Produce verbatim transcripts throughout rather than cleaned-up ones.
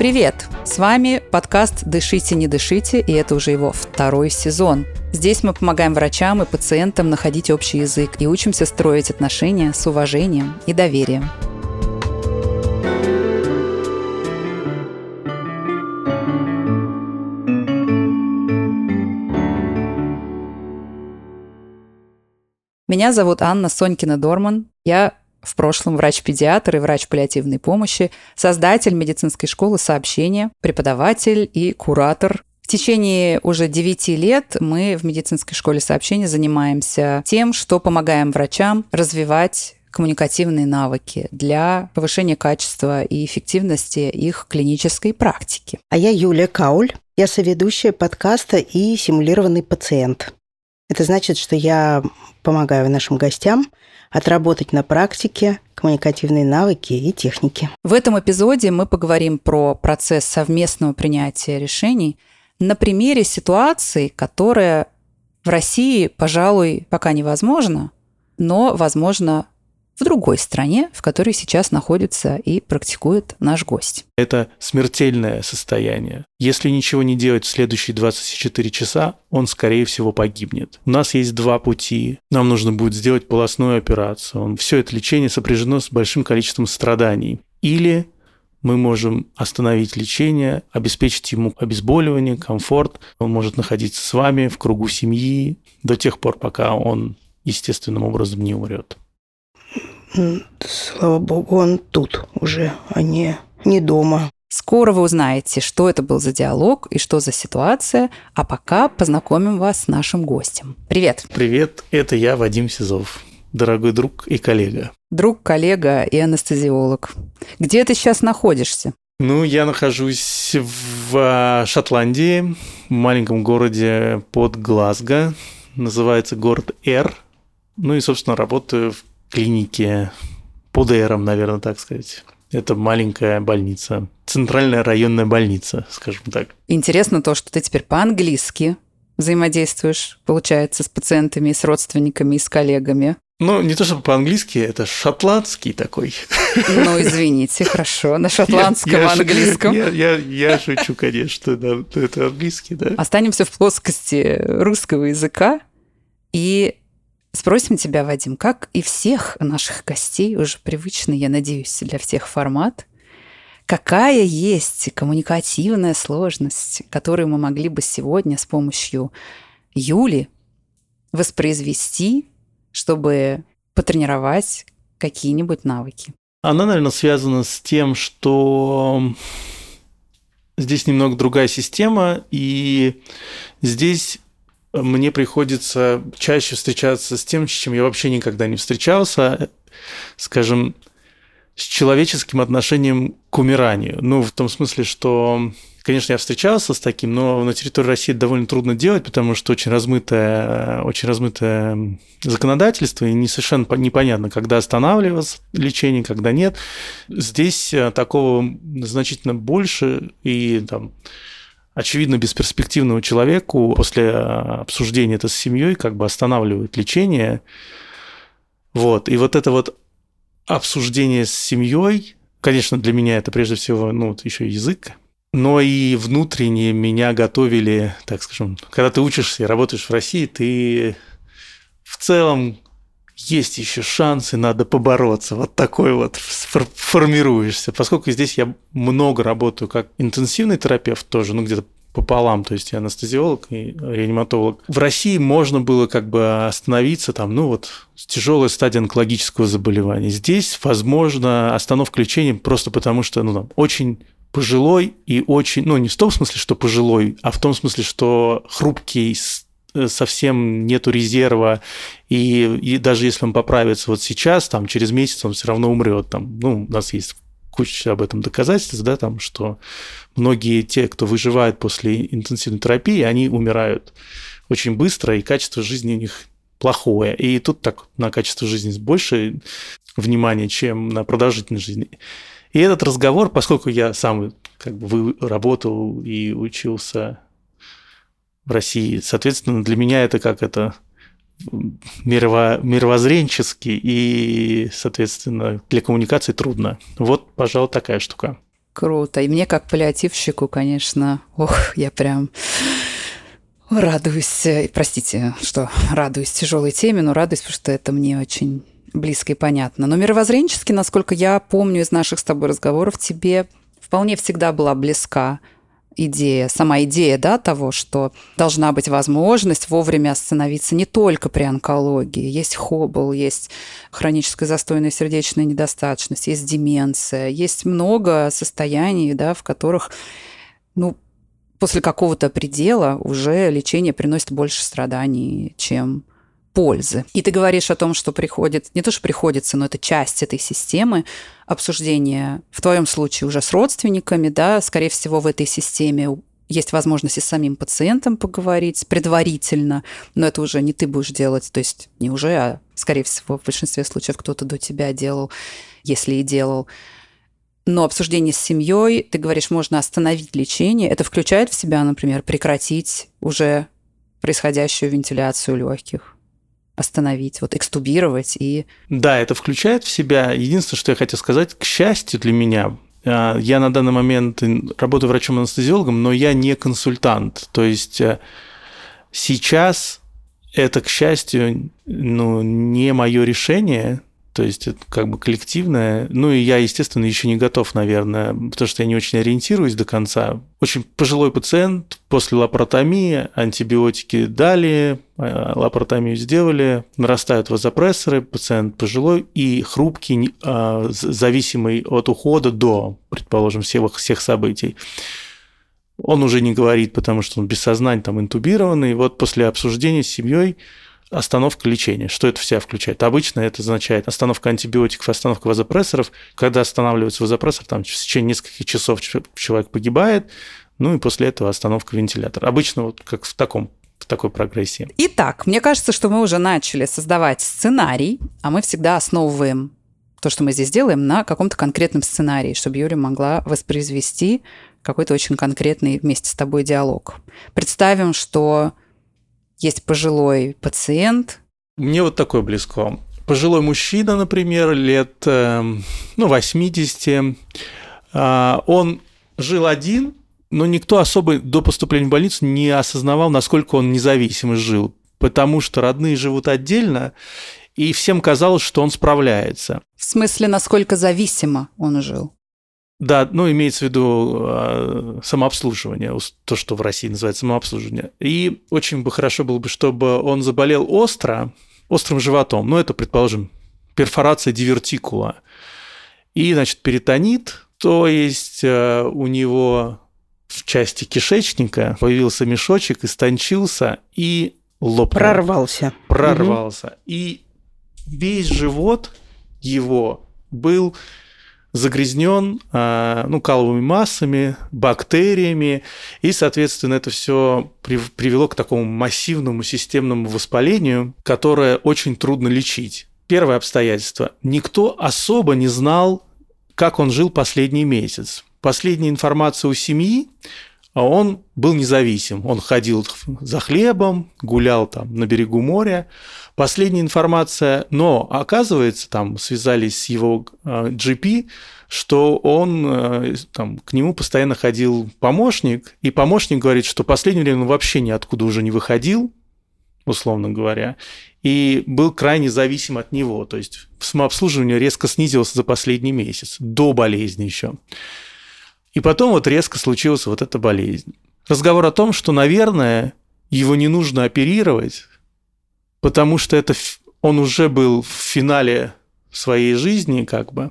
Привет! С вами подкаст «Дышите, не дышите», и это уже его второй сезон. Здесь мы помогаем врачам и пациентам находить общий язык и учимся строить отношения с уважением и доверием. Меня зовут Анна Сонькина-Дорман. Я в прошлом врач-педиатр и врач паллиативной помощи, создатель медицинской школы сообщения, преподаватель и куратор. В течение уже девяти лет мы в медицинской школе сообщения занимаемся тем, что помогаем врачам развивать коммуникативные навыки для повышения качества и эффективности их клинической практики. А я Юлия Кауль. Я соведущая подкаста и симулированный пациент. Это значит, что я помогаю нашим гостям отработать на практике коммуникативные навыки и техники. В этом эпизоде мы поговорим про процесс совместного принятия решений на примере ситуации, которая в России, пожалуй, пока невозможна, но возможно в другой стране, в которой сейчас находится и практикует наш гость. Это смертельное состояние. Если ничего не делать в следующие двадцать четыре часа, он, скорее всего, погибнет. У нас есть два пути. Нам нужно будет сделать полостную операцию. Все это лечение сопряжено с большим количеством страданий. Или мы можем остановить лечение, обеспечить ему обезболивание, комфорт. Он может находиться с вами в кругу семьи до тех пор, пока он естественным образом не умрет. Слава богу, он тут уже, а не, не дома. Скоро вы узнаете, что это был за диалог и что за ситуация, а пока познакомим вас с нашим гостем. Привет! Привет, это я, Вадим Сизов, дорогой друг и коллега. Друг, коллега и анестезиолог. Где ты сейчас находишься? Ну, я нахожусь в Шотландии, в маленьком городе под Глазго, называется город Эр. Ну и, собственно, работаю в клинике под Эром, наверное, так сказать. Это маленькая больница, центральная районная больница, скажем так. Интересно то, что ты теперь по-английски взаимодействуешь, получается, с пациентами, с родственниками и с коллегами. Ну, не то чтобы по-английски, это шотландский такой. Ну, извините, хорошо, на шотландском, я, я, английском. Я, я, я шучу, конечно, да, это английский, да. Останемся в плоскости русского языка и спросим тебя, Вадим, как и всех наших гостей, уже привычный, я надеюсь, для всех формат, какая есть коммуникативная сложность, которую мы могли бы сегодня с помощью Юли воспроизвести, чтобы потренировать какие-нибудь навыки? Она, наверное, связана с тем, что здесь немного другая система, и здесь мне приходится чаще встречаться с тем, с чем я вообще никогда не встречался, скажем, с человеческим отношением к умиранию. Ну, в том смысле, что, конечно, я встречался с таким, но на территории России это довольно трудно делать, потому что очень размытое, очень размытое законодательство, и не совершенно непонятно, когда останавливаться лечение, когда нет. Здесь такого значительно больше, и там очевидно, бесперспективному человеку после обсуждения это с семьей как бы останавливают лечение. Вот. И вот это вот обсуждение с семьей, конечно, для меня это прежде всего, ну, вот еще язык, но и внутренне меня готовили, так скажем, когда ты учишься и работаешь в России, ты в целом есть еще шансы, надо побороться. Вот такой вот формируешься. Поскольку здесь я много работаю как интенсивный терапевт тоже, ну где-то пополам, то есть я анестезиолог и реаниматолог. В России можно было как бы остановиться там, ну вот, с тяжелой стадией онкологического заболевания. Здесь, возможно, остановка лечения просто потому, что, ну, там, очень пожилой и очень, ну, не в том смысле, что пожилой, а в том смысле, что хрупкий, совсем нету резерва, и, и даже если он поправится вот сейчас, там, через месяц он все равно умрет. Там, ну, у нас есть куча об этом доказательств, да, там, что многие те, кто выживает после интенсивной терапии, они умирают очень быстро, и качество жизни у них плохое. И тут так на качество жизни больше внимания, чем на продолжительность жизни. И этот разговор, поскольку я сам как бы работал и учился в России, соответственно, для меня это как это мирово, мировоззренчески и, соответственно, для коммуникации трудно. Вот, пожалуй, такая штука. Круто. И мне, как паллиативщику, конечно, ох, я прям радуюсь, простите, что радуюсь тяжелой теме, но радуюсь, потому что это мне очень близко и понятно. Но мировоззренчески, насколько я помню из наших с тобой разговоров, тебе вполне всегда была близка идея, сама идея, да, того, что должна быть возможность вовремя остановиться не только при онкологии. Есть хоббл, есть хроническая застойная сердечная недостаточность, есть деменция, есть много состояний, да, в которых, ну, после какого-то предела уже лечение приносит больше страданий, чем пользы. И ты говоришь о том, что приходит, не то, что приходится, но это часть этой системы обсуждения, в твоем случае уже с родственниками, да, скорее всего, в этой системе есть возможность и с самим пациентом поговорить предварительно, но это уже не ты будешь делать, то есть не уже, а, скорее всего, в большинстве случаев кто-то до тебя делал, если и делал. Но обсуждение с семьей, ты говоришь, можно остановить лечение, это включает в себя, например, прекратить уже происходящую вентиляцию легких? Остановить, вот экстубировать и... Да, это включает в себя. Единственное, что я хотел сказать, к счастью для меня, я на данный момент работаю врачом-анестезиологом, но я не консультант. То есть сейчас это, к счастью, ну, не мое решение, то есть это как бы коллективное. Ну и я, естественно, еще не готов, наверное, потому что я не очень ориентируюсь до конца. Очень пожилой пациент, после лапаротомии, антибиотики дали, лапаротомию сделали, нарастают вазопрессоры, пациент пожилой и хрупкий, зависимый от ухода до, предположим, всех, всех событий. Он уже не говорит, потому что он без сознания, там, интубированный. Вот после обсуждения с семьей остановка лечения. Что это в себя включает? Обычно это означает остановка антибиотиков, остановка вазопрессоров. Когда останавливается вазопрессор, там в течение нескольких часов человек погибает, ну и после этого остановка вентилятора. Обычно вот как в таком в такой прогрессии. Итак, мне кажется, что мы уже начали создавать сценарий, а мы всегда основываем то, что мы здесь делаем, на каком-то конкретном сценарии, чтобы Юля могла воспроизвести какой-то очень конкретный вместе с тобой диалог. Представим, что есть пожилой пациент. Мне вот такое близко. Пожилой мужчина, например, лет ну, восемьдесят, он жил один, но никто особо до поступления в больницу не осознавал, насколько он независимо жил, потому что родные живут отдельно, и всем казалось, что он справляется. В смысле, насколько зависимо он жил? Да, ну, имеется в виду самообслуживание, то, что в России называется самообслуживание. И очень бы хорошо было бы, чтобы он заболел остро, острым животом, ну, это, предположим, перфорация дивертикула, и, значит, перитонит, то есть у него в части кишечника появился мешочек, истончился и лопнул. Прорвался. Прорвался. Угу. И весь живот его был загрязнен ну, каловыми массами, бактериями, и, соответственно, это все привело к такому массивному системному воспалению, которое очень трудно лечить. Первое обстоятельство. Никто особо не знал, как он жил последний месяц. Последняя информация у семьи, он был независим. Он ходил за хлебом, гулял там на берегу моря. Последняя информация, но оказывается, там связались с его джи пи, что он, там, к нему постоянно ходил помощник, и помощник говорит, что в последнее время он вообще ниоткуда уже не выходил, условно говоря, и был крайне зависим от него. То есть самообслуживание резко снизилось за последний месяц, до болезни еще. И потом вот резко случилась вот эта болезнь. Разговор о том, что, наверное, его не нужно оперировать, потому что это он уже был в финале своей жизни, как бы,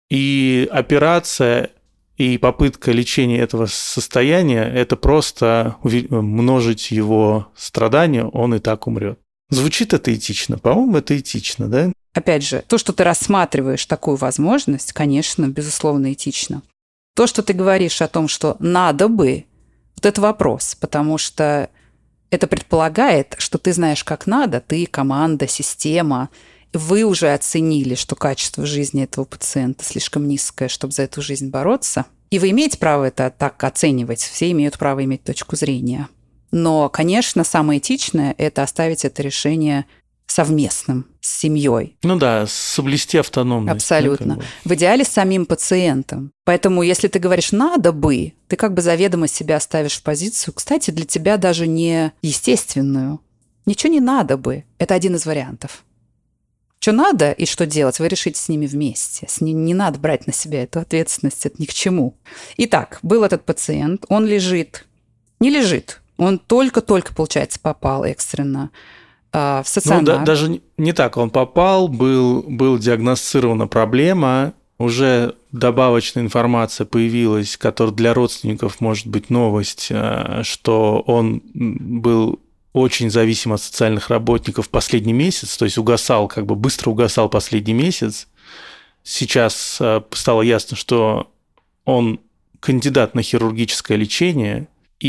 и операция и попытка лечения этого состояния – это просто множить его страдания, он и так умрет. Звучит это этично? По-моему, это этично, да? Опять же, то, что ты рассматриваешь такую возможность, конечно, безусловно, этично. То, что ты говоришь о том, что надо бы, вот это вопрос, потому что это предполагает, что ты знаешь, как надо, ты, команда, система, вы уже оценили, что качество жизни этого пациента слишком низкое, чтобы за эту жизнь бороться. И вы имеете право это так оценивать, все имеют право иметь точку зрения. Но, конечно, самое этичное – это оставить это решение совместным с семьей. Ну да, соблюсти автономность. Абсолютно. Да, как бы. В идеале с самим пациентом. Поэтому, если ты говоришь «надо бы», ты как бы заведомо себя ставишь в позицию, кстати, для тебя даже не естественную. Ничего не надо бы. Это один из вариантов. Что надо и что делать, вы решите с ними вместе. С ним не надо брать на себя эту ответственность, это ни к чему. Итак, был этот пациент, он лежит, не лежит, он только-только, получается, попал экстренно в стационар. Ну, да, даже не так, он попал, был, был диагностирована проблема, уже добавочная информация появилась, которая для родственников может быть новость, что он был очень зависим от социальных работников последний месяц, то есть угасал, как бы быстро угасал последний месяц. Сейчас стало ясно, что он кандидат на хирургическое лечение,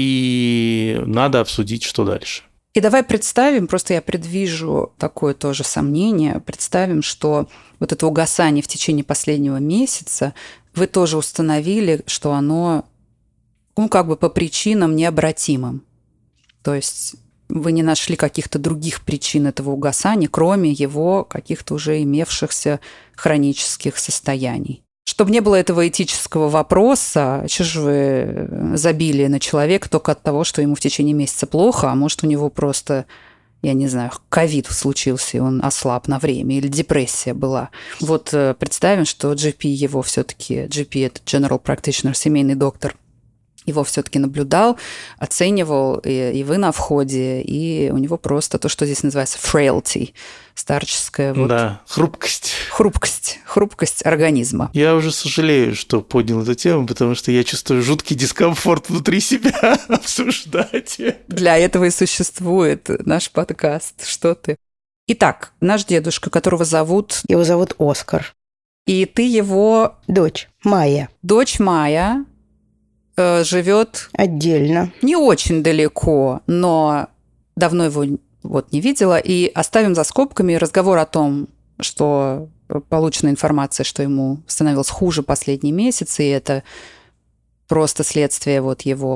и надо обсудить, что дальше. И давай представим, просто я предвижу такое тоже сомнение, представим, что вот это угасание в течение последнего месяца вы тоже установили, что оно, ну, как бы по причинам необратимым. То есть вы не нашли каких-то других причин этого угасания, кроме его каких-то уже имевшихся хронических состояний. Чтобы не было этого этического вопроса, что же вы забили на человека только от того, что ему в течение месяца плохо, а может, у него просто, я не знаю, ковид случился, и он ослаб на время, или депрессия была. Вот представим, что джи пи его все-таки, джи пи – это General Practitioner, семейный доктор, его все-таки наблюдал, оценивал, и, и вы на входе, и у него просто то, что здесь называется frailty, старческая вот... Да, хрупкость. Хрупкость, хрупкость организма. Я уже сожалею, что поднял эту тему, потому что я чувствую жуткий дискомфорт внутри себя обсуждать. Для этого и существует наш подкаст. Что ты? Итак, наш дедушка, которого зовут... Его зовут Оскар. И ты его... Дочь Майя. Дочь Майя э, живет... Отдельно. Не очень далеко, но давно его вот не видела. И оставим за скобками разговор о том, что получена информация, что ему становилось хуже последний месяц, и это просто следствие вот его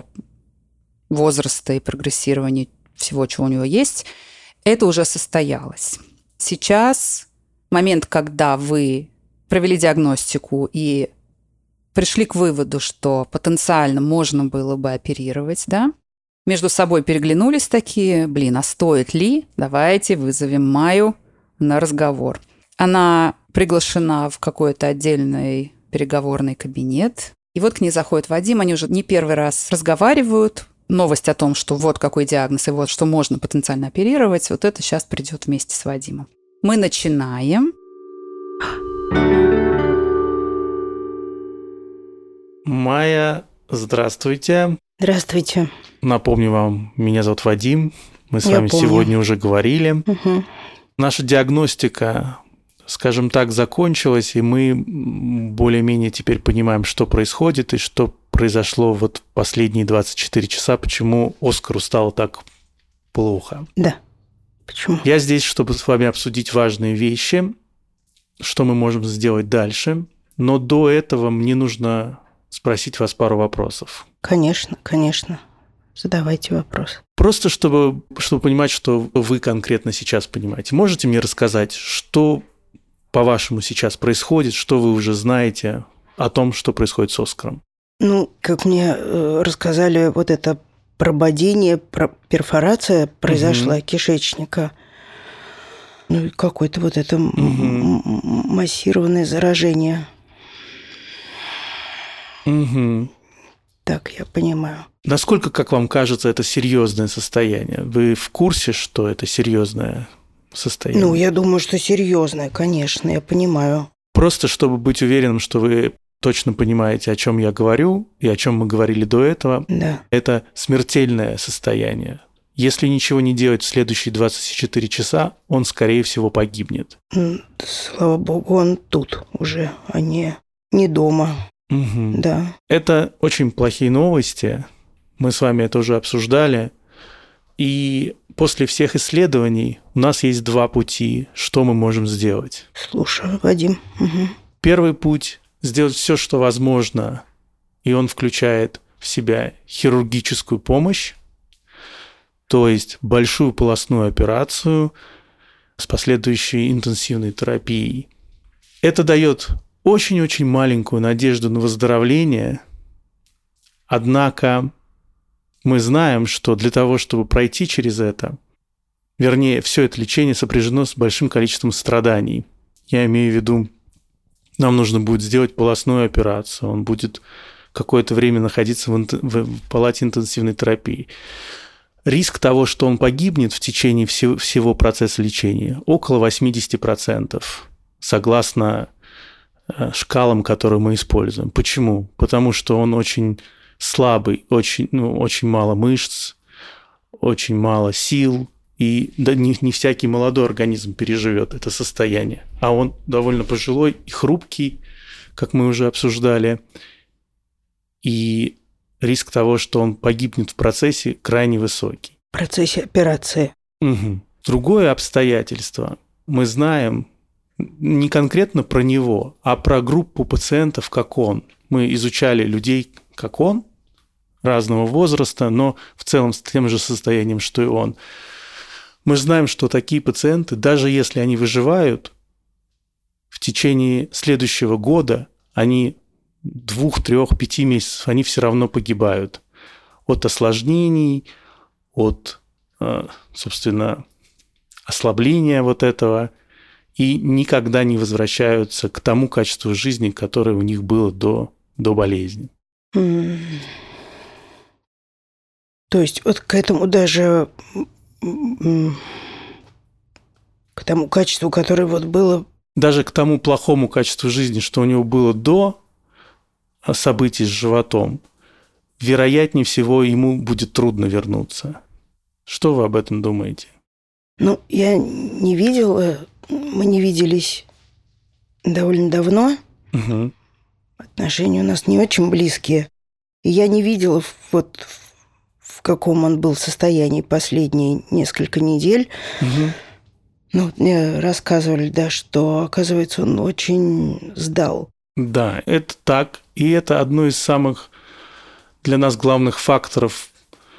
возраста и прогрессирования всего, чего у него есть. Это уже состоялось. Сейчас момент, когда вы провели диагностику и пришли к выводу, что потенциально можно было бы оперировать, да, между собой переглянулись такие, блин, а стоит ли? Давайте вызовем Майю на разговор. Она приглашена в какой-то отдельный переговорный кабинет. И вот к ней заходит Вадим, они уже не первый раз разговаривают. Новость о том, что вот какой диагноз и вот что можно потенциально оперировать, вот это сейчас придет вместе с Вадимом. Мы начинаем. Майя, здравствуйте. Здравствуйте. Напомню вам, меня зовут Вадим. Мы с Я вами помню. сегодня уже говорили. Угу. Наша диагностика, скажем так, закончилась, и мы более-менее теперь понимаем, что происходит и что произошло вот последние двадцать четыре часа, почему Оскару стало так плохо. Да. Почему? Я здесь, чтобы с вами обсудить важные вещи, что мы можем сделать дальше, но до этого мне нужно спросить вас пару вопросов. Конечно, конечно. Задавайте вопрос. Просто чтобы, чтобы понимать, что вы конкретно сейчас понимаете. Можете мне рассказать, что, по-вашему, сейчас происходит, что вы уже знаете о том, что происходит с Оскаром? Ну, как мне э, рассказали, вот это прободение, про- перфорация произошла Угу. кишечника. Ну, и какое-то вот это м- Угу. м- массированное заражение. Угу. Так, я понимаю. Насколько, как вам кажется, это серьезное состояние? Вы в курсе, что это серьезное состояние? Ну, я думаю, что серьезное, конечно, я понимаю. Просто чтобы быть уверенным, что вы точно понимаете, о чем я говорю и о чем мы говорили до этого, Да. это смертельное состояние. Если ничего не делать в следующие двадцать четыре часа, он, скорее всего, погибнет. М, Слава богу, он тут уже, а не, не дома. Угу. Да. Это очень плохие новости. Мы с вами это уже обсуждали. И после всех исследований у нас есть два пути, что мы можем сделать. Слушаю, Вадим. Угу. Первый путь – сделать все, что возможно, и он включает в себя хирургическую помощь, то есть большую полостную операцию, с последующей интенсивной терапией. Это дает очень-очень маленькую надежду на выздоровление, однако мы знаем, что для того, чтобы пройти через это, вернее, все это лечение сопряжено с большим количеством страданий. Я имею в виду, нам нужно будет сделать полостную операцию, он будет какое-то время находиться в, инт... в палате интенсивной терапии. Риск того, что он погибнет в течение всего, всего процесса лечения, около восемьдесят процентов, согласно шкалам, которые мы используем. Почему? Потому что он очень слабый, очень, ну, очень мало мышц, очень мало сил, и да, не, не всякий молодой организм переживет это состояние. А он довольно пожилой и хрупкий, как мы уже обсуждали, и риск того, что он погибнет в процессе, крайне высокий. В процессе операции. Угу. Другое обстоятельство. Мы знаем не конкретно про него, а про группу пациентов, как он. Мы изучали людей, как он, разного возраста, но в целом с тем же состоянием, что и он. Мы знаем, что такие пациенты, даже если они выживают, в течение следующего года, они двух, трех, пяти месяцев, они все равно погибают от осложнений, от, собственно, ослабления вот этого, и никогда не возвращаются к тому качеству жизни, которое у них было до, до болезни. Mm. То есть вот к этому даже, к тому качеству, которое вот было... Даже к тому плохому качеству жизни, что у него было до событий с животом, вероятнее всего, ему будет трудно вернуться. Что вы об этом думаете? Ну, я не видела... Мы не виделись довольно давно. Угу. Отношения у нас не очень близкие. И я не видела, вот в каком он был состоянии последние несколько недель. Угу. Ну, мне рассказывали, да, что, оказывается, он очень сдал. Да, это так. И это одно из самых для нас главных факторов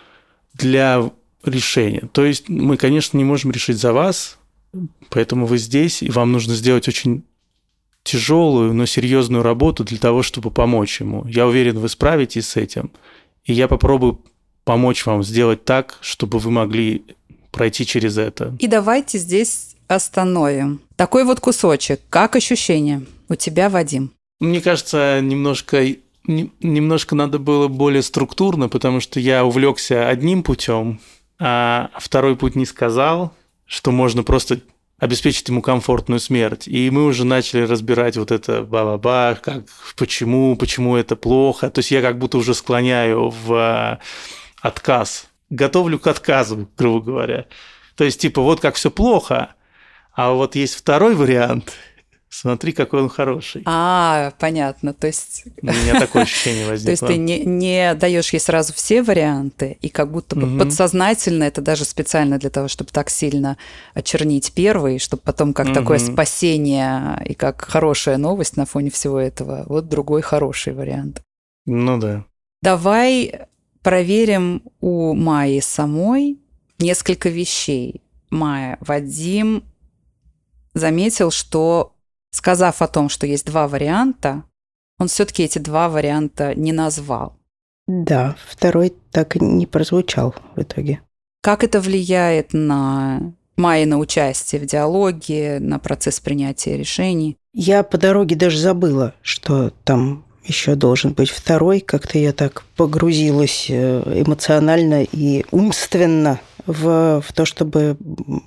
для решения. То есть мы, конечно, не можем решить за вас, поэтому вы здесь, и вам нужно сделать очень тяжелую, но серьезную работу для того, чтобы помочь ему. Я уверен, вы справитесь с этим, и я попробую помочь вам сделать так, чтобы вы могли пройти через это. И давайте здесь остановим. Такой вот кусочек. Как ощущение у тебя, Вадим? Мне кажется, немножко, немножко надо было более структурно, потому что я увлекся одним путем, а второй путь не сказал, что можно просто обеспечить ему комфортную смерть. И мы уже начали разбирать вот это ба-ба-ба, как, почему, почему это плохо. То есть я как будто уже склоняю в отказ. Готовлю к отказу, грубо говоря. То есть типа вот как все плохо, а вот есть второй вариант. Смотри, какой он хороший. А, понятно. То есть... У меня такое ощущение возникло. То есть ты не, не даешь ей сразу все варианты, и как будто бы угу. подсознательно, это даже специально для того, чтобы так сильно очернить первый, чтобы потом как угу. такое спасение и как хорошая новость на фоне всего этого. Вот другой хороший вариант. Ну да. Давай проверим у Майи самой несколько вещей. Майя, Вадим заметил, что, сказав о том, что есть два варианта, он все-таки эти два варианта не назвал. Да, второй так и не прозвучал в итоге. Как это влияет на Майино участие в диалоге, на процесс принятия решений? Я по дороге даже забыла, что там еще должен быть второй. Как-то я так погрузилась эмоционально и умственно в, в то, чтобы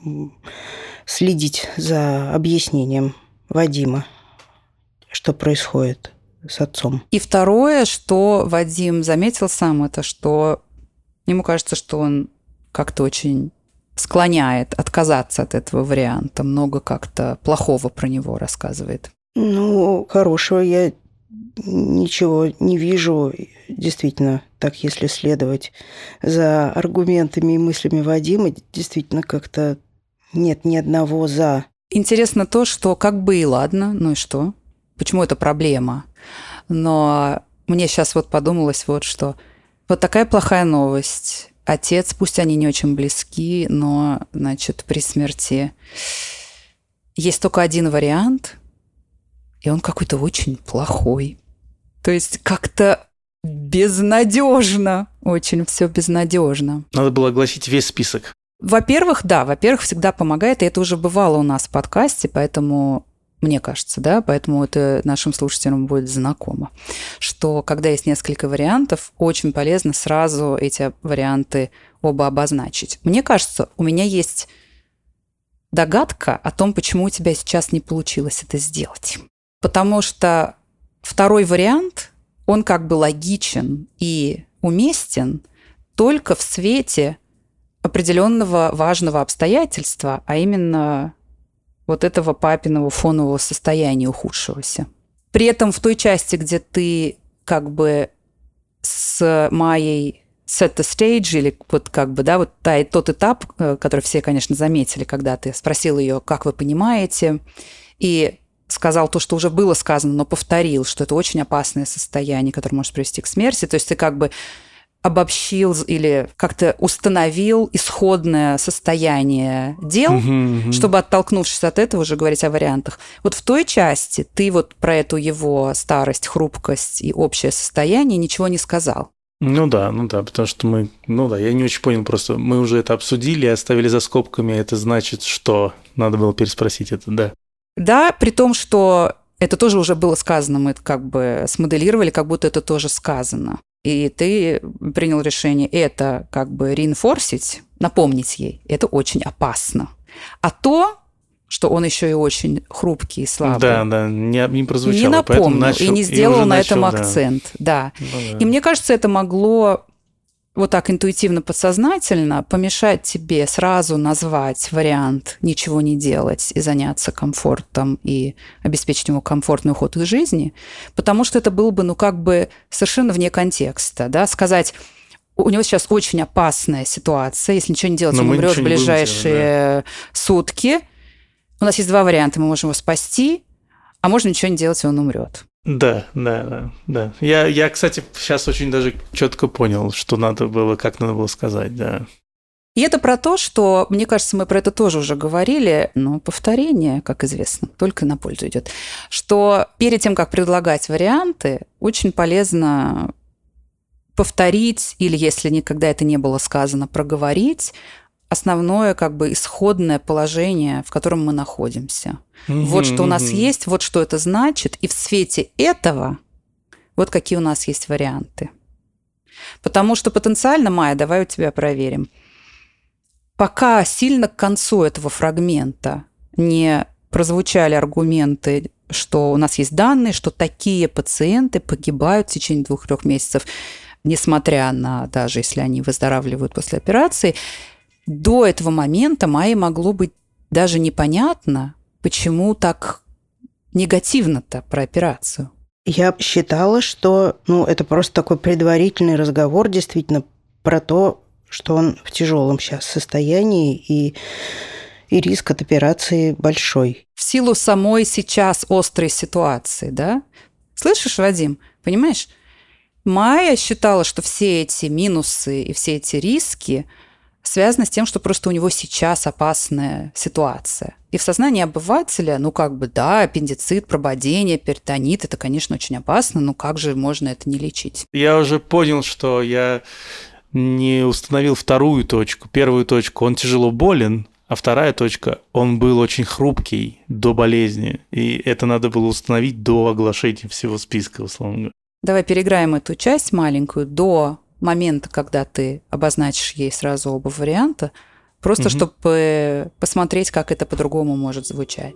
следить за объяснением Вадима, что происходит с отцом. И второе, что Вадим заметил сам, это что ему кажется, что он как-то очень склоняет отказаться от этого варианта, много как-то плохого про него рассказывает. Ну, хорошего я ничего не вижу. Действительно, так если следовать за аргументами и мыслями Вадима, действительно как-то нет ни одного «за». Интересно то, что как бы и ладно, ну и что? Почему это проблема? Но мне сейчас вот подумалось вот что. Вот такая плохая новость. Отец, пусть они не очень близки, но, значит, при смерти есть только один вариант, и он какой-то очень плохой. То есть как-то безнадежно, очень все безнадежно. Надо было огласить весь список. Во-первых, да, во-первых, всегда помогает, и это уже бывало у нас в подкасте, поэтому, мне кажется, да, поэтому это нашим слушателям будет знакомо, что когда есть несколько вариантов, очень полезно сразу эти варианты оба обозначить. Мне кажется, у меня есть догадка о том, почему у тебя сейчас не получилось это сделать. Потому что второй вариант, он как бы логичен и уместен только в свете определенного важного обстоятельства, а именно вот этого папиного фонового состояния ухудшегося. При этом в той части, где ты как бы с Майей set the stage, или вот как бы, да, вот та, тот этап, который все, конечно, заметили, когда ты спросил ее, как вы понимаете, и сказал то, что уже было сказано, но повторил, что это очень опасное состояние, которое может привести к смерти. То есть ты как бы обобщил или как-то установил исходное состояние дел, uh-huh, uh-huh. чтобы, оттолкнувшись от этого, уже говорить о вариантах. Вот в той части ты вот про эту его старость, хрупкость и общее состояние ничего не сказал. Ну да, ну да, потому что мы, ну да, я не очень понял просто, мы уже это обсудили, оставили за скобками, это значит, что надо было переспросить это, да. Да, при том, что это тоже уже было сказано, мы это как бы смоделировали, как будто это тоже сказано. И ты принял решение это как бы реинфорсить, напомнить ей, это очень опасно. А то, что он еще и очень хрупкий и слабый, да, да, не, не прозвучало, не напомнил начал, и не сделал и на начал, этом да. акцент. Да. Ну, да. И мне кажется, это могло вот так интуитивно, подсознательно помешать тебе сразу назвать вариант ничего не делать и заняться комфортом и обеспечить ему комфортный уход из жизни, потому что это было бы, ну, как бы совершенно вне контекста, да, сказать, у него сейчас очень опасная ситуация, если ничего не делать, Но он умрет в ближайшие делать, да. сутки. У нас есть два варианта, мы можем его спасти, а можно ничего не делать, и он умрет. Да, да, да, да. Я, я, кстати, сейчас очень даже четко понял, что надо было, как надо было сказать, да. И это про то, что, мне кажется, мы про это тоже уже говорили, но повторение, как известно, только на пользу идет, что перед тем, как предлагать варианты, очень полезно повторить, или если никогда это не было сказано, проговорить основное как бы исходное положение, в котором мы находимся. Mm-hmm, вот что у нас mm-hmm. есть, вот что это значит, и в свете этого вот какие у нас есть варианты. Потому что потенциально, Майя, давай у тебя проверим. Пока сильно к концу этого фрагмента не прозвучали аргументы, что у нас есть данные, что такие пациенты погибают в течение двух-трех месяцев, несмотря на, даже если они выздоравливают после операции, до этого момента Майе могло быть даже непонятно, почему так негативно-то про операцию. Я считала, что ну, это просто такой предварительный разговор действительно про то, что он в тяжелом сейчас состоянии и, и риск от операции большой. В силу самой сейчас острой ситуации, да? Слышишь, Вадим, понимаешь? Майя считала, что все эти минусы и все эти риски связано с тем, что просто у него сейчас опасная ситуация. И в сознании обывателя, ну как бы, да, аппендицит, прободение, перитонит, это, конечно, очень опасно, но как же можно это не лечить? Я уже понял, что я не установил вторую точку. Первую точку – он тяжело болен, а вторая точка – он был очень хрупкий до болезни. И это надо было установить до оглашения всего списка, условно говоря. Давай переиграем эту часть маленькую до момента, когда ты обозначишь ей сразу оба варианта, просто угу. чтобы посмотреть, как это по-другому может звучать.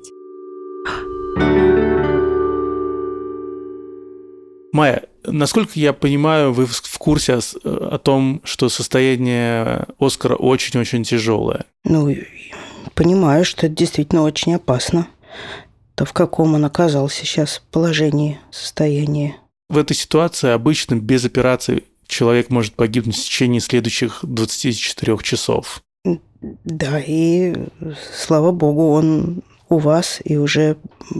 Майя, насколько я понимаю, вы в курсе о, о том, что состояние Оскара очень-очень тяжелое? Ну, понимаю, что это действительно очень опасно. То, в каком он оказался сейчас положении, состоянии. В этой ситуации обычно без операции человек может погибнуть в течение следующих двадцати четырёх часов. Да, и слава богу, он у вас, и уже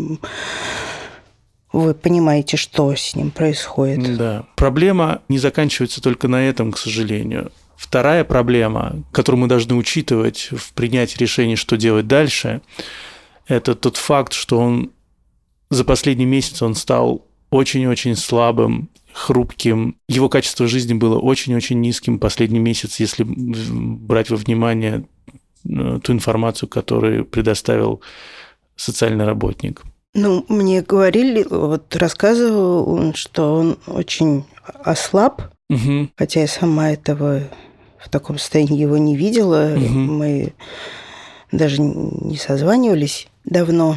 вы понимаете, что с ним происходит. Да. Проблема не заканчивается только на этом, к сожалению. Вторая проблема, которую мы должны учитывать в принятии решения, что делать дальше, это тот факт, что он за последний месяц он стал очень-очень слабым, хрупким. Его качество жизни было очень-очень низким последний месяц, если брать во внимание ту информацию, которую предоставил социальный работник. Ну, мне говорили, вот рассказывал он, что он очень ослаб, угу. хотя я сама этого в таком состоянии его не видела. Угу. Мы даже не созванивались давно.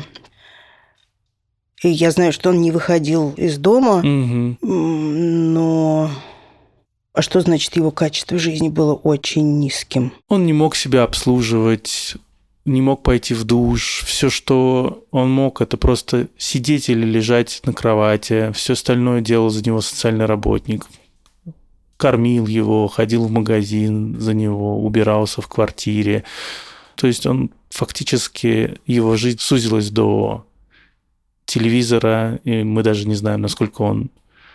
И я знаю, что он не выходил из дома, угу. но... А что значит, его качество жизни было очень низким? Он не мог себя обслуживать, не мог пойти в душ. Все, что он мог, это просто сидеть или лежать на кровати. Все остальное делал за него социальный работник. Кормил его, ходил в магазин за него, убирался в квартире. То есть он фактически, его жизнь сузилась до телевизора, и мы даже не знаем, насколько он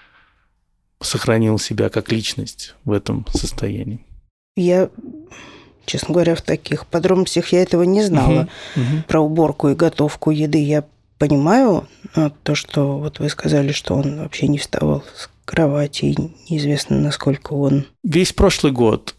сохранил себя как личность в этом состоянии. Я, честно говоря, в таких подробностях я этого не знала. Uh-huh. Uh-huh. Про уборку и готовку еды я понимаю. Но то, что вот вы сказали, что он вообще не вставал с кровати, и неизвестно, насколько он... Весь прошлый год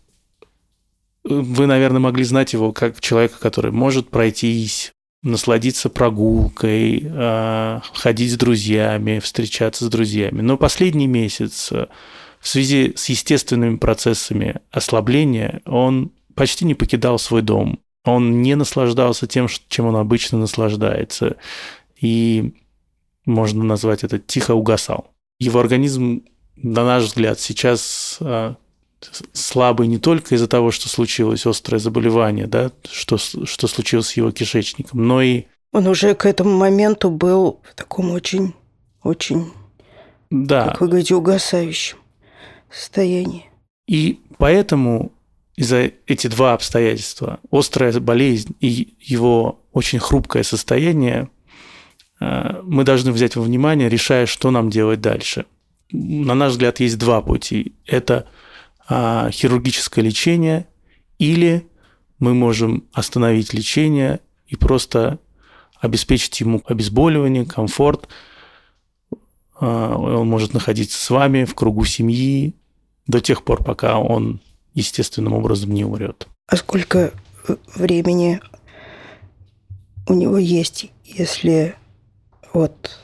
вы, наверное, могли знать его как человека, который может пройтись, насладиться прогулкой, ходить с друзьями, встречаться с друзьями. Но последний месяц в связи с естественными процессами ослабления он почти не покидал свой дом. Он не наслаждался тем, чем он обычно наслаждается. И можно назвать это тихо угасал. Его организм, на наш взгляд, сейчас слабый не только из-за того, что случилось острое заболевание, да, что, что случилось с его кишечником, но и... Он уже к этому моменту был в таком очень, очень, да. как вы говорите, угасающем состоянии. И поэтому из-за эти два обстоятельства, острая болезнь и его очень хрупкое состояние, мы должны взять во внимание, решая, что нам делать дальше. На наш взгляд, есть два пути. Это хирургическое лечение, или мы можем остановить лечение и просто обеспечить ему обезболивание, комфорт. Он может находиться с вами в кругу семьи до тех пор, пока он естественным образом не умрет. А сколько времени у него есть, если вот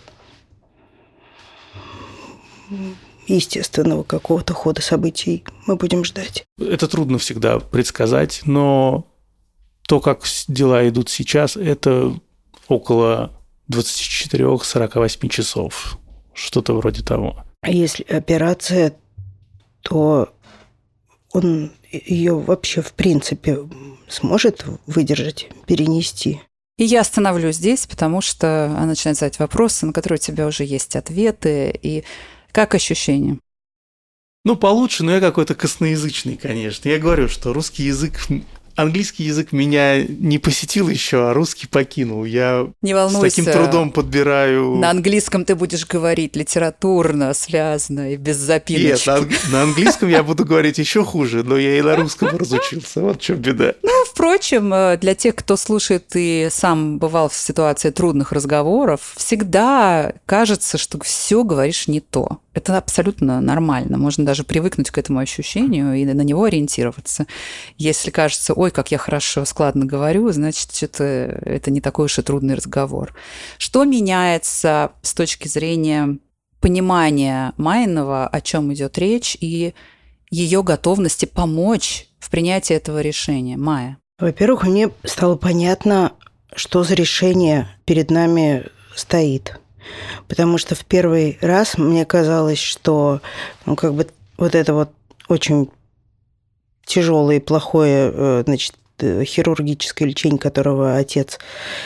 естественного какого-то хода событий мы будем ждать? Это трудно всегда предсказать, но то, как дела идут сейчас, это около двадцать четыре - сорок восемь часов, что-то вроде того. А если операция, то он ее вообще в принципе сможет выдержать, перенести? И я остановлюсь здесь, потому что она начинает задать вопросы, на которые у тебя уже есть ответы. И как ощущения? Ну, получше, но я какой-то косноязычный, конечно. Я говорю, что русский язык, английский язык меня не посетил еще, а русский покинул. Я не волнуйся, с таким трудом подбираю... На английском ты будешь говорить литературно, связно и без запиночки. Нет, на, на английском я буду говорить еще хуже, но я и на русском разучился. Вот в чем беда. Ну, впрочем, для тех, кто слушает и сам бывал в ситуации трудных разговоров, всегда кажется, что все говоришь не то. Это абсолютно нормально. Можно даже привыкнуть к этому ощущению и на него ориентироваться. Если кажется, ой, как я хорошо, складно говорю, значит, что-то это не такой уж и трудный разговор. Что меняется с точки зрения понимания Майиного, о чем идет речь, и ее готовности помочь в принятии этого решения? Майя. Во-первых, мне стало понятно, что за решение перед нами стоит. Потому что в первый раз мне казалось, что ну, как бы вот это вот очень тяжелое и плохое, значит, хирургическое лечение, которого отец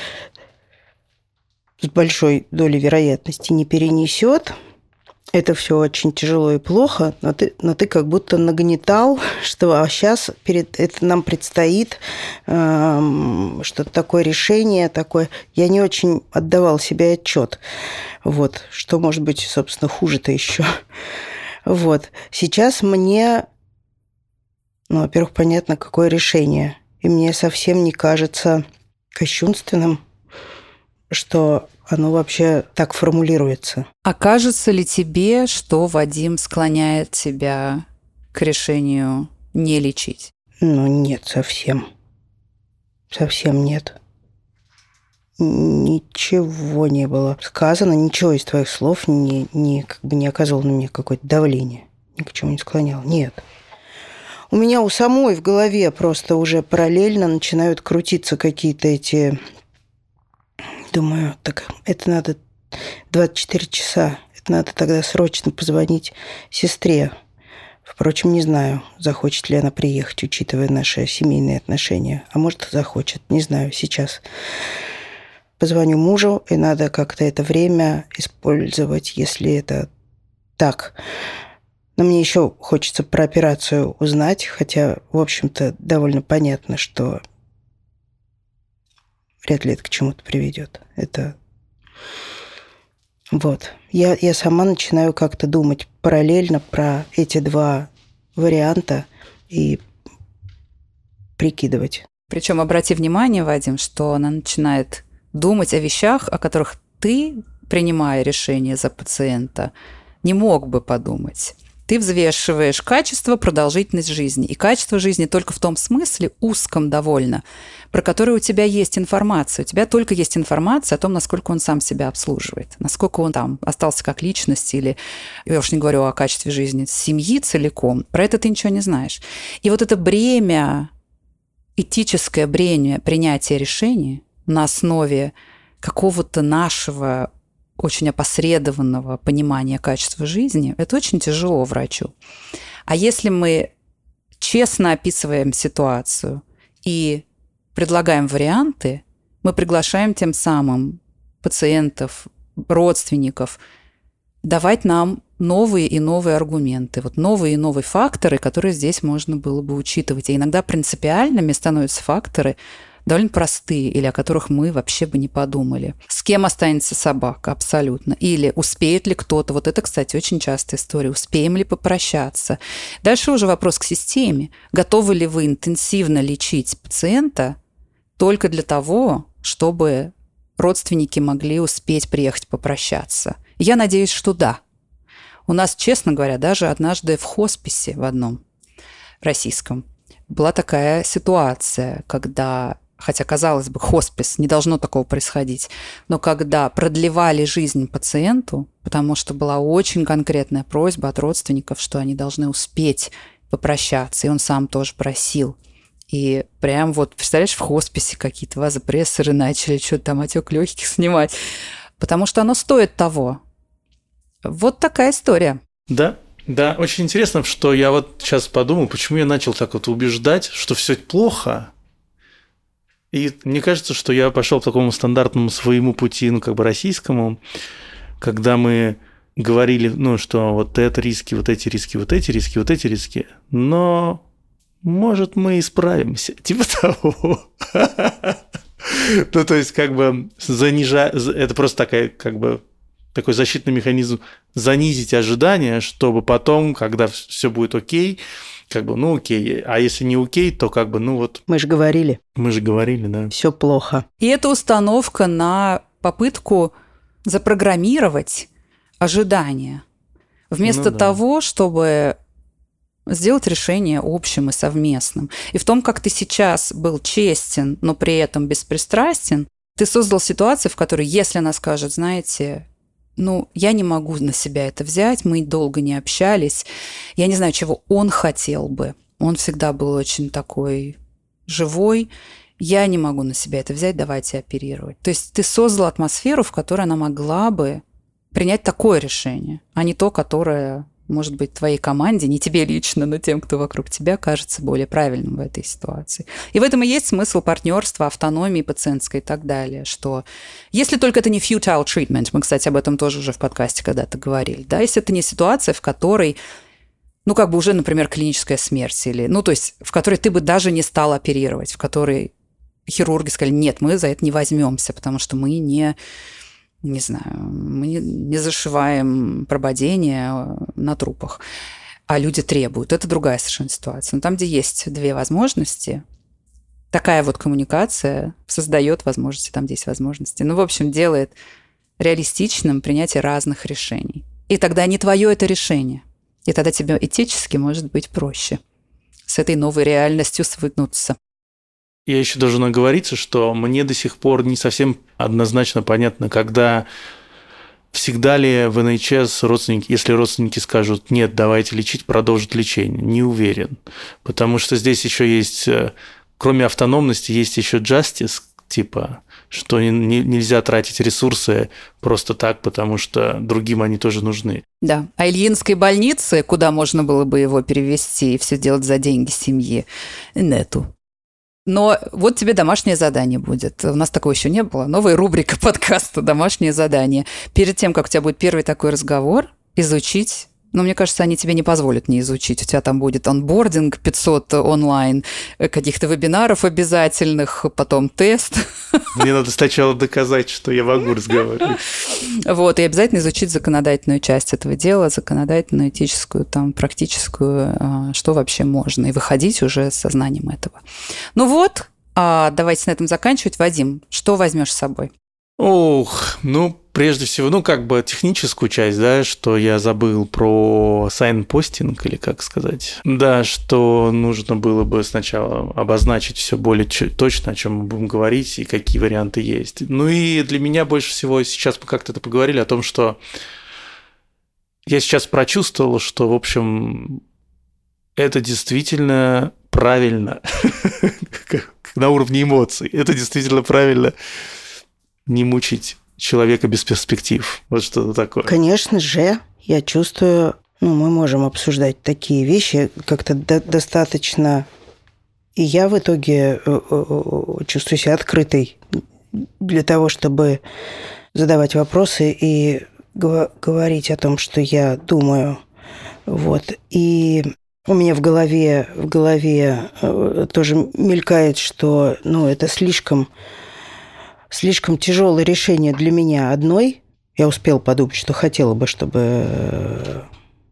с большой долей вероятности не перенесет, это все очень тяжело и плохо, но ты, но ты как будто нагнетал, что а сейчас перед, это нам предстоит э, что-то такое решение, такое. Я не очень отдавал себе отчет, вот, что может быть, собственно, хуже-то еще. Вот. Сейчас мне, ну, во-первых, понятно, какое решение, и мне совсем не кажется кощунственным что оно вообще так формулируется. А кажется ли тебе, что Вадим склоняет тебя к решению не лечить? Ну, нет, совсем. Совсем нет. Ничего не было сказано, ничего из твоих слов не, не, как бы не оказывало на меня какое-то давление. Ни к чему не склонял. Нет. У меня у самой в голове просто уже параллельно начинают крутиться какие-то эти... Думаю, так это надо двадцать четыре часа. Это надо тогда срочно позвонить сестре. Впрочем, не знаю, захочет ли она приехать, учитывая наши семейные отношения. А может, захочет. Не знаю, сейчас... Позвоню мужу, и надо как-то это время использовать, если это так. Но мне еще хочется про операцию узнать, хотя, в общем-то, довольно понятно, что вряд ли это к чему-то приведет. Это... Вот. Я, я сама начинаю как-то думать параллельно про эти два варианта и прикидывать. Причем обрати внимание, Вадим, что она начинает... думать о вещах, о которых ты, принимая решение за пациента, не мог бы подумать. Ты взвешиваешь качество, продолжительность жизни. И качество жизни только в том смысле, узком довольно, про которое у тебя есть информация. У тебя только есть информация о том, насколько он сам себя обслуживает, насколько он там остался как личность, или, я уж не говорю о качестве жизни семьи целиком. Про это ты ничего не знаешь. И вот это бремя, этическое бремя принятия решения на основе какого-то нашего очень опосредованного понимания качества жизни, это очень тяжело врачу. А если мы честно описываем ситуацию и предлагаем варианты, мы приглашаем тем самым пациентов, родственников давать нам новые и новые аргументы, вот новые и новые факторы, которые здесь можно было бы учитывать. И иногда принципиальными становятся факторы, довольно простые, или о которых мы вообще бы не подумали. С кем останется собака? Абсолютно. Или успеет ли кто-то? Вот это, кстати, очень частая история. Успеем ли попрощаться? Дальше уже вопрос к системе. Готовы ли вы интенсивно лечить пациента только для того, чтобы родственники могли успеть приехать попрощаться? Я надеюсь, что да. У нас, честно говоря, даже однажды в хосписе в одном российском была такая ситуация, когда... Хотя, казалось бы, хоспис, не должно такого происходить. Но когда продлевали жизнь пациенту, потому что была очень конкретная просьба от родственников, что они должны успеть попрощаться, и он сам тоже просил. И прям вот, представляешь, в хосписе какие-то вазопрессоры начали что-то там отек легких снимать, потому что оно стоит того. Вот такая история. Да, да, очень интересно, что я вот сейчас подумал, почему я начал так вот убеждать, что все плохо. И мне кажется, что я пошел по такому стандартному своему пути, ну, как бы российскому, когда мы говорили, ну, что вот это риски, вот эти риски, вот эти риски, вот эти риски, но, может, мы исправимся, типа того. Ну, то есть, как бы, занижать, это просто такая, как бы, такой защитный механизм, занизить ожидания, чтобы потом, когда все будет окей, как бы, ну, окей. А если не окей, то как бы, ну, вот... Мы же говорили. Мы же говорили, да. Все плохо. И это установка на попытку запрограммировать ожидания. Вместо ну, да. того, чтобы сделать решение общим и совместным. И в том, как ты сейчас был честен, но при этом беспристрастен, ты создал ситуацию, в которой, если она скажет, знаете... Ну, я не могу на себя это взять, мы долго не общались. Я не знаю, чего он хотел бы. Он всегда был очень такой живой. Я не могу на себя это взять, давайте оперировать. То есть ты создал атмосферу, в которой она могла бы принять такое решение, а не то, которое, может быть, твоей команде, не тебе лично, но тем, кто вокруг тебя, кажется более правильным в этой ситуации. И в этом и есть смысл партнерства, автономии пациентской и так далее, что если только это не futile treatment, мы, кстати, об этом тоже уже в подкасте когда-то говорили, да, если это не ситуация, в которой, ну, как бы уже, например, клиническая смерть, или, ну, то есть в которой ты бы даже не стал оперировать, в которой хирурги сказали, нет, мы за это не возьмемся, потому что мы не... не знаю, мы не зашиваем прободение на трупах, а люди требуют. Это другая совершенно ситуация. Но там, где есть две возможности, такая вот коммуникация создает возможности, там есть возможности. Ну, в общем, делает реалистичным принятие разных решений. И тогда не твое это решение. И тогда тебе этически может быть проще с этой новой реальностью свыкнуться. Я еще должен оговориться, что мне до сих пор не совсем однозначно понятно, когда всегда ли в эн эйч эс родственники, если родственники скажут «нет, давайте лечить», продолжат лечение. Не уверен. Потому что здесь еще есть, кроме автономности, есть еще justice, типа, что не, не, нельзя тратить ресурсы просто так, потому что другим они тоже нужны. Да. А Ильинской больницы, куда можно было бы его перевести и все делать за деньги семьи, нету. Но вот тебе домашнее задание будет. У нас такого еще не было. Новая рубрика подкаста «Домашнее задание». Перед тем, как у тебя будет первый такой разговор, изучить. Но мне кажется, они тебе не позволят не изучить. У тебя там будет онбординг пятьсот онлайн, каких-то вебинаров обязательных, потом тест. Мне надо сначала доказать, что я могу разговаривать. Вот, и обязательно изучить законодательную часть этого дела, законодательную, этическую, там, практическую, что вообще можно, и выходить уже с сознанием этого. Ну вот, давайте на этом заканчивать. Вадим, что возьмешь с собой? Ох, ну, прежде всего, ну, как бы техническую часть, да, что я забыл про сайнпостинг, или как сказать. Да, что нужно было бы сначала обозначить все более точно, о чем мы будем говорить и какие варианты есть. Ну и для меня больше всего сейчас мы как-то это поговорили о том, что я сейчас прочувствовал, что, в общем, это действительно правильно на уровне эмоций. Это действительно правильно не мучить человека без перспектив. Вот что-то такое. Конечно же, я чувствую, ну, мы можем обсуждать такие вещи как-то до- достаточно... И я в итоге чувствую себя открытой для того, чтобы задавать вопросы и г- говорить о том, что я думаю. Вот. И у меня в голове, в голове тоже мелькает, что, ну, это слишком... слишком тяжелое решение для меня одной. Я успела подумать, что хотела бы, чтобы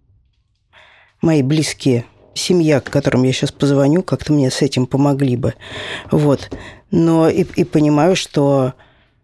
мои близкие, семья, к которым я сейчас позвоню, как-то мне с этим помогли бы. Вот. Но и, и понимаю, что,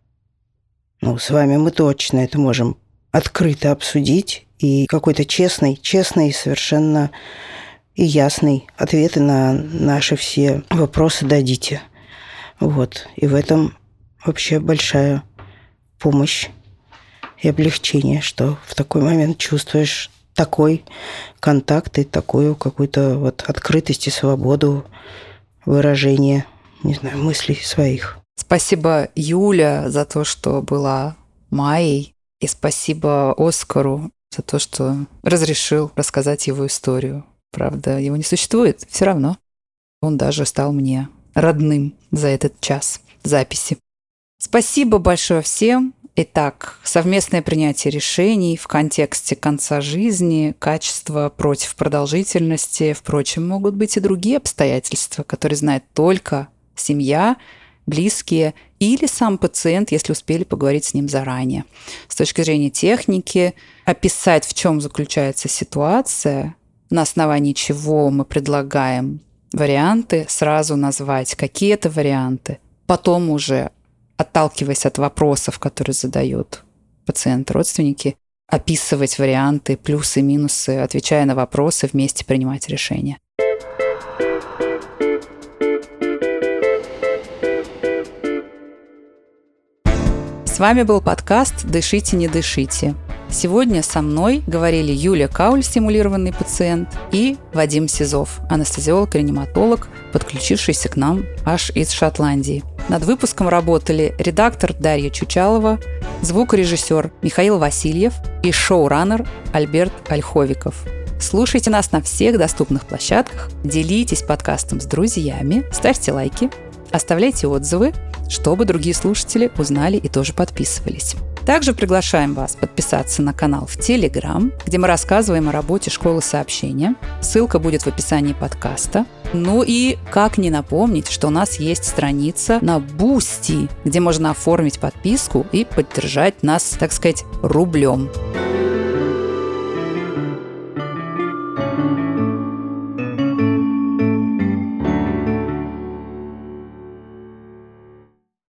ну, с вами мы точно это можем открыто обсудить и какой-то честный, честный, совершенно и ясный ответы на наши все вопросы дадите. Вот. И в этом вообще большая помощь и облегчение, что в такой момент чувствуешь такой контакт и такую какую-то вот открытость и свободу выражения, не знаю, мыслей своих. Спасибо, Юля, за то, что была Майей, и спасибо Оскару за то, что разрешил рассказать его историю. Правда, его не существует, все равно. Он даже стал мне родным за этот час записи. Спасибо большое всем. Итак, совместное принятие решений в контексте конца жизни, качество против продолжительности. Впрочем, могут быть и другие обстоятельства, которые знает только семья, близкие или сам пациент, если успели поговорить с ним заранее. С точки зрения техники, описать, в чем заключается ситуация, на основании чего мы предлагаем варианты, сразу назвать, какие это варианты, потом уже, отталкиваясь от вопросов, которые задают пациент, родственники, описывать варианты, плюсы, минусы, отвечая на вопросы, вместе принимать решения. С вами был подкаст «Дышите, не дышите». Сегодня со мной говорили Юля Кауль, стимулированный пациент, и Вадим Сизов, анестезиолог-реаниматолог, подключившийся к нам аж из Шотландии. Над выпуском работали редактор Дарья Чучалова, звукорежиссер Михаил Васильев и шоураннер Альберт Ольховиков. Слушайте нас на всех доступных площадках, делитесь подкастом с друзьями, ставьте лайки, оставляйте отзывы, чтобы другие слушатели узнали и тоже подписывались. Также приглашаем вас подписаться на канал в Telegram, где мы рассказываем о работе школы сообщения. Ссылка будет в описании подкаста. Ну и как не напомнить, что у нас есть страница на Boosty, где можно оформить подписку и поддержать нас, так сказать, рублем.